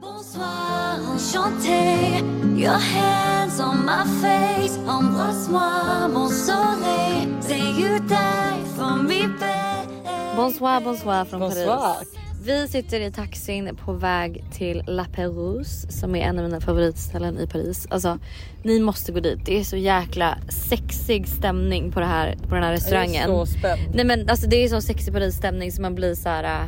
Bonsoir, enchanté. Your hands on my face. Embrasse-moi, mon soleil. Say you die for me, babe. Bonsoir från Paris. Vi sitter i taxin på väg till La Pérouse, som är en av mina favoritställen i Paris. Alltså, ni måste gå dit. Det är så jäkla sexig stämning på den här restaurangen. Jag är så spänd. Nej men alltså det är så sexig Paris-stämning så man blir så här.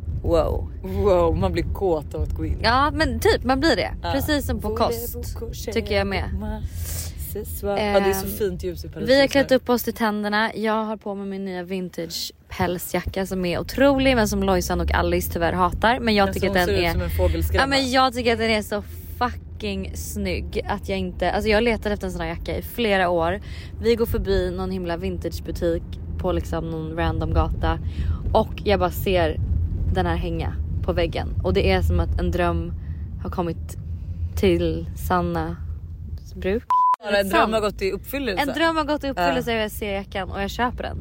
Wow, man blir kåt av att gå in. Ja, men typ man blir det. Precis som på kost. Tycker jag med. Ja, det är så fint ljus i Paris. Vi har klätt upp oss till tänderna. Jag har på mig min nya vintage pälsjacka som är otrolig, men som Lojsan och Alice tyvärr hatar. Men jag tycker att den är som en fågelskrämma. Ja, men jag tycker att den är så fucking snygg att jag inte, alltså jag har letat efter en sån här jacka i flera år. Vi går förbi någon himla vintagebutik på liksom någon random gata och jag bara ser den här hänga på väggen och det är som att en dröm har kommit till sanna bruk. En dröm har gått i uppfyllelse. En dröm har gått i uppfyllelse och jag ser jackan och jag köper den.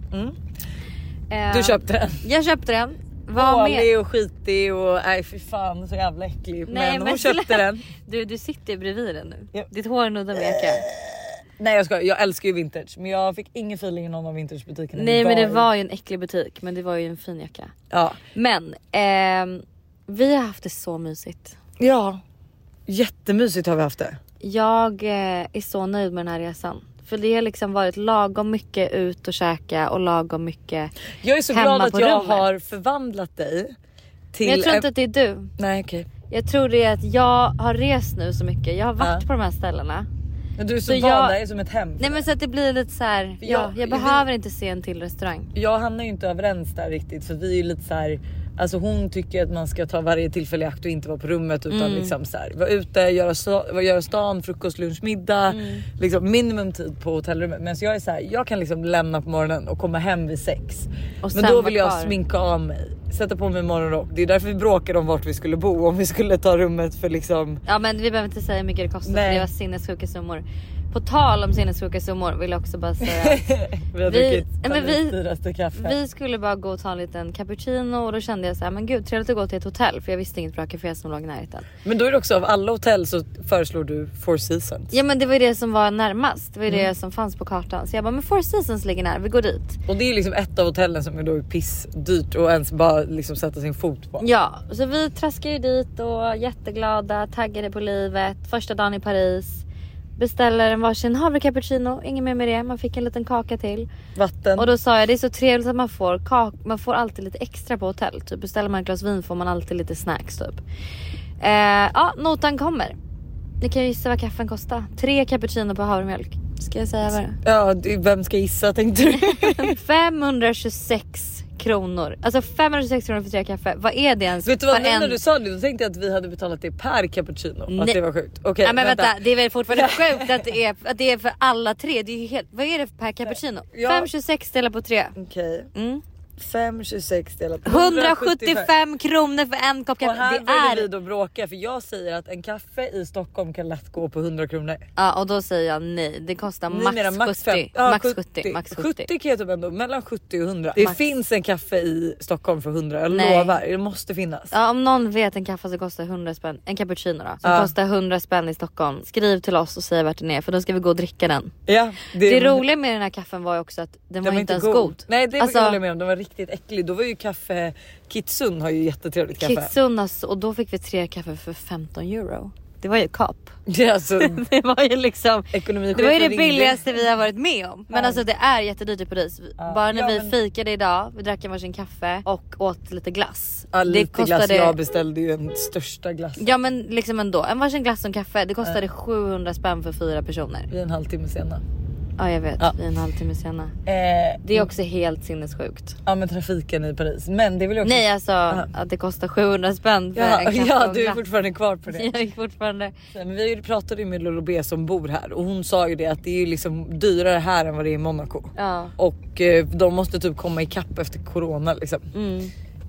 Du köpte den? Jag köpte den. Dålig och skitig och nej fy fan så jävla äcklig. Men hon köpte den. Du sitter bredvid den nu. Ja. Ditt hår nuddar med jackan. Nej jag älskar ju vintage. Men jag fick ingen feeling i någon av vintagebutikerna. Nej men det var ju en äcklig butik. Men det var ju en fin jacka. Ja. Men vi har haft det så mysigt. Ja. Jättemysigt har vi haft det. Jag är så nöjd med den här resan. För det har liksom varit lagom mycket ut och käka och lagom mycket. Jag är så glad att jag har förvandlat dig till. Men jag tror inte att det är du. Nej okej. Jag tror det är att jag har rest nu så mycket. Jag har varit på de här ställena. Men du är så van, det är som ett hem. Nej men så att det blir lite så här. Jag behöver inte se en till restaurang. Jag hamnar ju inte överens där riktigt. För vi är ju lite så här. Alltså hon tycker att man ska ta varje tillfälle i akt och inte vara på rummet utan liksom så här, vara ute, göra stan, frukost, lunch, middag, liksom minimum tid på hotellrummet. Men så jag är så här, jag kan liksom lämna på morgonen och komma hem vid 6. Men då vill jag sminka av mig, sätta på mig morgonrock. Det är därför vi bråkade om vart vi skulle bo, om vi skulle ta rummet för liksom. Ja men vi behöver inte säga hur mycket det kostar. För det var sinnessjuka summor. På tal om sinnessjuka summor vill jag också bara säga vi skulle bara gå och ta en liten cappuccino och då kände jag så här, men gud trevligt att gå till ett hotell för jag visste inget bra café som låg i närheten. Men då är det också av alla hotell så föreslår du Four Seasons. Ja men det var ju det som var närmast. Det var ju det som fanns på kartan. Så jag bara, men Four Seasons ligger nära, vi går dit. Och det är liksom ett av hotellen som är då pissdyrt och ens bara liksom sätta sin fot på. Ja, så vi traskar ju dit och jätteglada, taggade på livet. Första dagen i Paris. Beställer en varsin havre cappuccino, inget mer med det. Man fick en liten kaka till. Vatten. Och då sa jag, det är så trevligt att man får alltid lite extra på hotell. Typ beställer man ett glas vin får man alltid lite snacks typ. Notan kommer. Ni kan ju gissa vad kaffen kostar. 3 cappuccino på havremjölk. Ska jag säga vad det? Ja, vem ska gissa tänkte du? 526 kronor. Alltså 526 kronor för 3 kaffe. Vad är det ens? Vet du vad, när du sa det då tänkte jag att vi hade betalat det per cappuccino. Nej. Att det var sjukt. Okej, men vänta, det är väl fortfarande sjukt att det är för alla tre. Det är ju helt. Vad är det per cappuccino? 526 delat på 3. Okej. 526 delat på 175 kronor för en kopp kaffe. Och här vill vi då bråka för jag säger att en kaffe i Stockholm kan lätt gå på 100 kronor. Ja, och då säger jag nej. Det kostar max 70. 70 kan jag typ ändå, mellan 70 och 100. Det finns en kaffe i Stockholm för 100, jag lovar. Det måste finnas. Ja, om någon vet en kaffe som kostar 100 spänn, en cappuccino då, som kostar 100 spänn i Stockholm. Skriv till oss och säg vart den är, för då ska vi gå och dricka den. Ja, det roliga med den här kaffen var ju också att den var inte ens god. Nej, det var jag med om. Den var riktigt äcklig. Då var ju kaffe Kitsun har ju jättetrevligt kaffe. Kitsun alltså, och då fick vi 3 kaffe för 15 euro. Det var ju kap. Ja, alltså, det var ju liksom det var ju det billigaste vi har varit med om. Men alltså det är jättedyrt i Paris. Bara när vi fikade idag, vi drack en varsin kaffe och åt lite glass. Ja, lite det kostade glass. Jag beställde ju en största glass. Ja men liksom ändå, en varsin glass och kaffe. Det kostade 700 spänn för 4 personer. Vi är en halvtimme senare. Ja jag vet, vi är en halvtimme senare. Det är också helt sinnessjukt. Ja men trafiken i Paris. Men det vill jag också. Nej alltså att det kostar 700 spänn för en kaffe. Ja du är fortfarande kvar på det. Jag är fortfarande. Men vi pratade ju med Lolo B som bor här. Och hon sa ju det att det är ju liksom dyrare här än vad det är i Monaco. Ja. Och de måste typ komma i kapp efter corona liksom.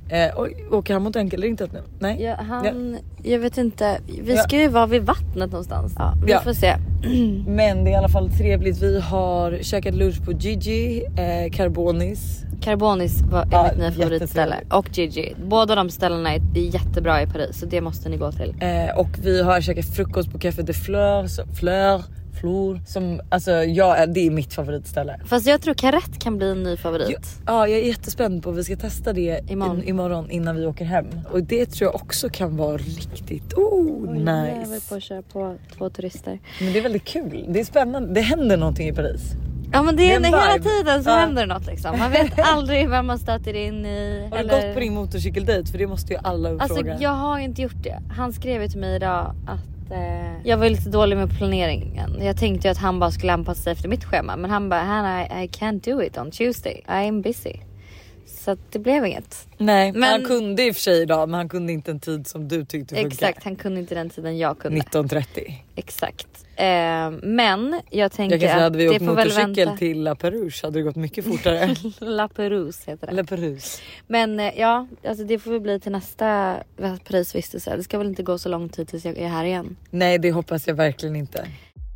Åker han mot enkelrintat nu? Nej. Ja, jag vet inte. Vi ska ju vara vid vattnet någonstans. Ja, vi får se. Men det är i alla fall trevligt. Vi har käkat lunch på Gigi, Carbonis. Carbonis är mitt nya favoritställe. Och Gigi. Båda de ställena är jättebra i Paris. Så det måste ni gå till. Och vi har käkat frukost på Café de Fleur. Som, alltså, det är mitt favoritställe. Fast jag tror Carrette kan bli en ny favorit. Ja, jag är jättespänd på att vi ska testa det imorgon innan vi åker hem. Och det tror jag också kan vara riktigt nice. Jag vill på att köra på 2 turister. Men det är väldigt kul. Det är spännande. Det händer någonting i Paris. Ja, men det är hela tiden så händer något liksom. Man vet aldrig vem man stöter in i. Har du gått på din motorcykeldejt? För det måste ju alla uppfråga. Alltså jag har inte gjort det. Han skrev ju till mig idag att jag var lite dålig med planeringen. Jag tänkte ju att han bara skulle anpassa sig efter mitt schema. Men han bara, I can't do it on Tuesday. I'm busy. Så att det blev inget. Nej, men han kunde i och för sig idag. Men han kunde inte en tid som du tyckte funkar. Exakt, han kunde inte den tiden jag kunde. 19:30. Exakt. Men jag tänker att hade vi åkt det får motorcykel till La Perouse hade det gått mycket fortare. La Perouse heter det. La Perouse. Men alltså det får väl bli till nästa Parisvistelse. Det ska väl inte gå så lång tid tills jag är här igen. Nej, det hoppas jag verkligen inte.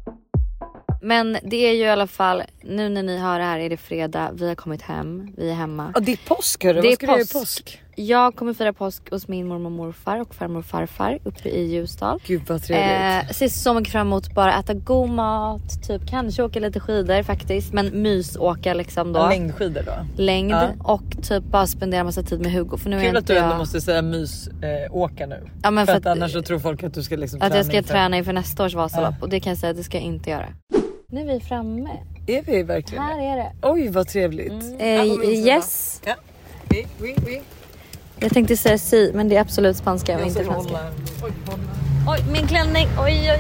Men det är ju i alla fall, nu när ni hör det här är det fredag, vi har kommit hem, vi är hemma. Och det är påsk, hörru. Vad ska du göra i påsk? Jag kommer fira påsk hos min mormor och morfar och farmor och farfar uppe i Ljusdal. Gud vad trevligt. Ser så mycket fram emot bara äta god mat, typ kanske åka lite skidor faktiskt, men mysåka liksom då. Längdskidor då? Längd och typ bara spendera massa tid med Hugo. För nu kul att du ändå måste säga mysåka nu. Ja, men för att annars så tror folk att du ska liksom att jag ska träna inför nästa års Vasalopp och det kan jag säga att det ska jag inte göra. Nu är vi framme. Är vi verkligen? Här är det. Oj, vad trevligt. Yes. Ja. Oui. Jag tänkte säga si, men det är absolut spanska och inte franska. Oj, min klänning. Oj.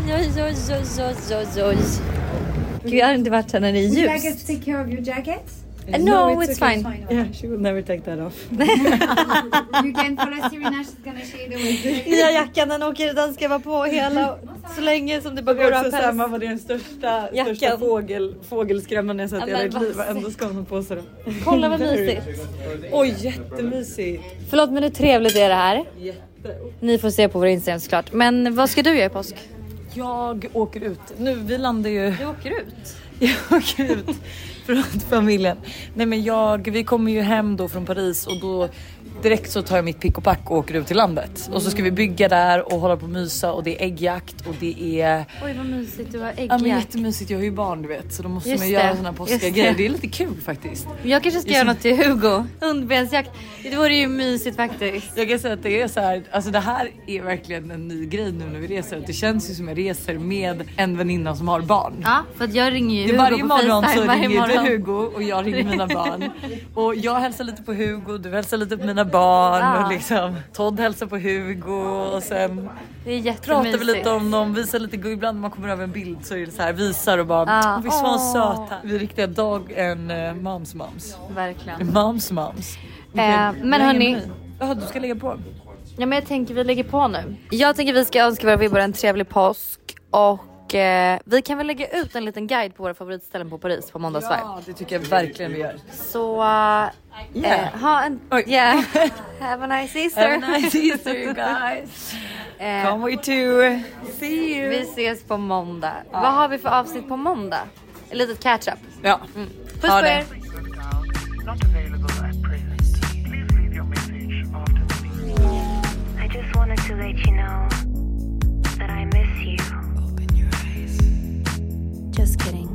Gud, jag har inte varit här när det är ljus. Would you like us to take care of your jacket? No, it's fine. Yeah, she will never take that off. You can follow Serena, she's gonna show you the way. Nya jackan, den ska vara på hela så länge som det bara går av päls. Vad var det den största fågelskrämman jag sett i hela mitt liv. Ändå ska hon på sig dem. Kolla vad mysigt. Oj, jättemysigt. Förlåt, men hur trevligt är det här? Ni får se på vår Instagram såklart. Men vad ska du göra i påsk? Jag åker ut. Nu, vi landar ju... Du åker ut? Jag åker ut från familjen. Nej, men vi kommer ju hem då från Paris och då direkt så tar jag mitt pick och pack och åker ut till landet. Och så ska vi bygga där och hålla på och mysa och det är äggjakt och det är... Oj, vad mysigt, du har äggjakt. Ja, men jättemysigt, jag har ju barn du vet. Så då måste man göra såna påskagrejer. Det är lite kul faktiskt. Jag kanske ska göra något till Hugo. Hundbensjakt. Det vore ju mysigt faktiskt. Jag kan säga att det är så här, alltså det här är verkligen en ny grej nu när vi reser. Det känns ju som jag reser med en väninna som har barn. Ja, för att jag ringer ju Hugo varje på morgon FaceTime. Så ringer du Hugo och jag ringer mina barn. Och jag hälsar lite på Hugo, du hälsar lite på mina barn och liksom Todd hälsar på Hugo och sen pratar vi lite om dem, visar lite, ibland när man kommer över en bild så är det så här, visar och bara vi var söta. Vi är riktiga moms. Verkligen. Moms. Men hörni, du ska lägga på. Ja, men jag tänker vi lägger på nu. Jag tänker vi ska önska våra vibbar en trevlig påsk och vi kan väl lägga ut en liten guide på våra favoritställen på Paris på måndagsvibe. Ja, det tycker jag verkligen vi gör. Så have a nice Easter. Have a nice Easter you guys. Come we too. See you. Vi ses på måndag. Vad har vi för avsnitt på måndag? Ett litet catch up. Ja. Puss på er. I just wanted to let you know that I miss you. Open your eyes. Just kidding.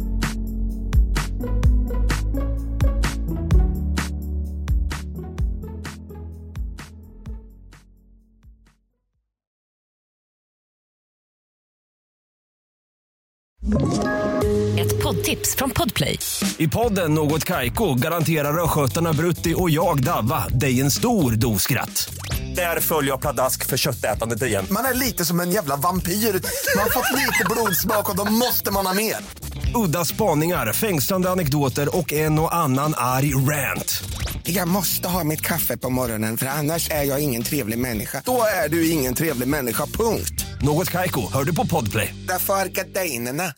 Ett poddtips från Podplay. I podden Något Kaiko garanterar röskötarna Brutti och jag Davva dig en stor doskratt. Där följer jag pladask för köttätandet igen. Man är lite som en jävla vampyr. Man har fått lite blodsmak och då måste man ha mer. Udda spaningar, fängslande anekdoter och en och annan arg rant. Jag måste ha mitt kaffe på morgonen för annars är jag ingen trevlig människa. Då är du ingen trevlig människa, punkt. Något Kaiko, hör du på Podplay. Därför är gardinerna.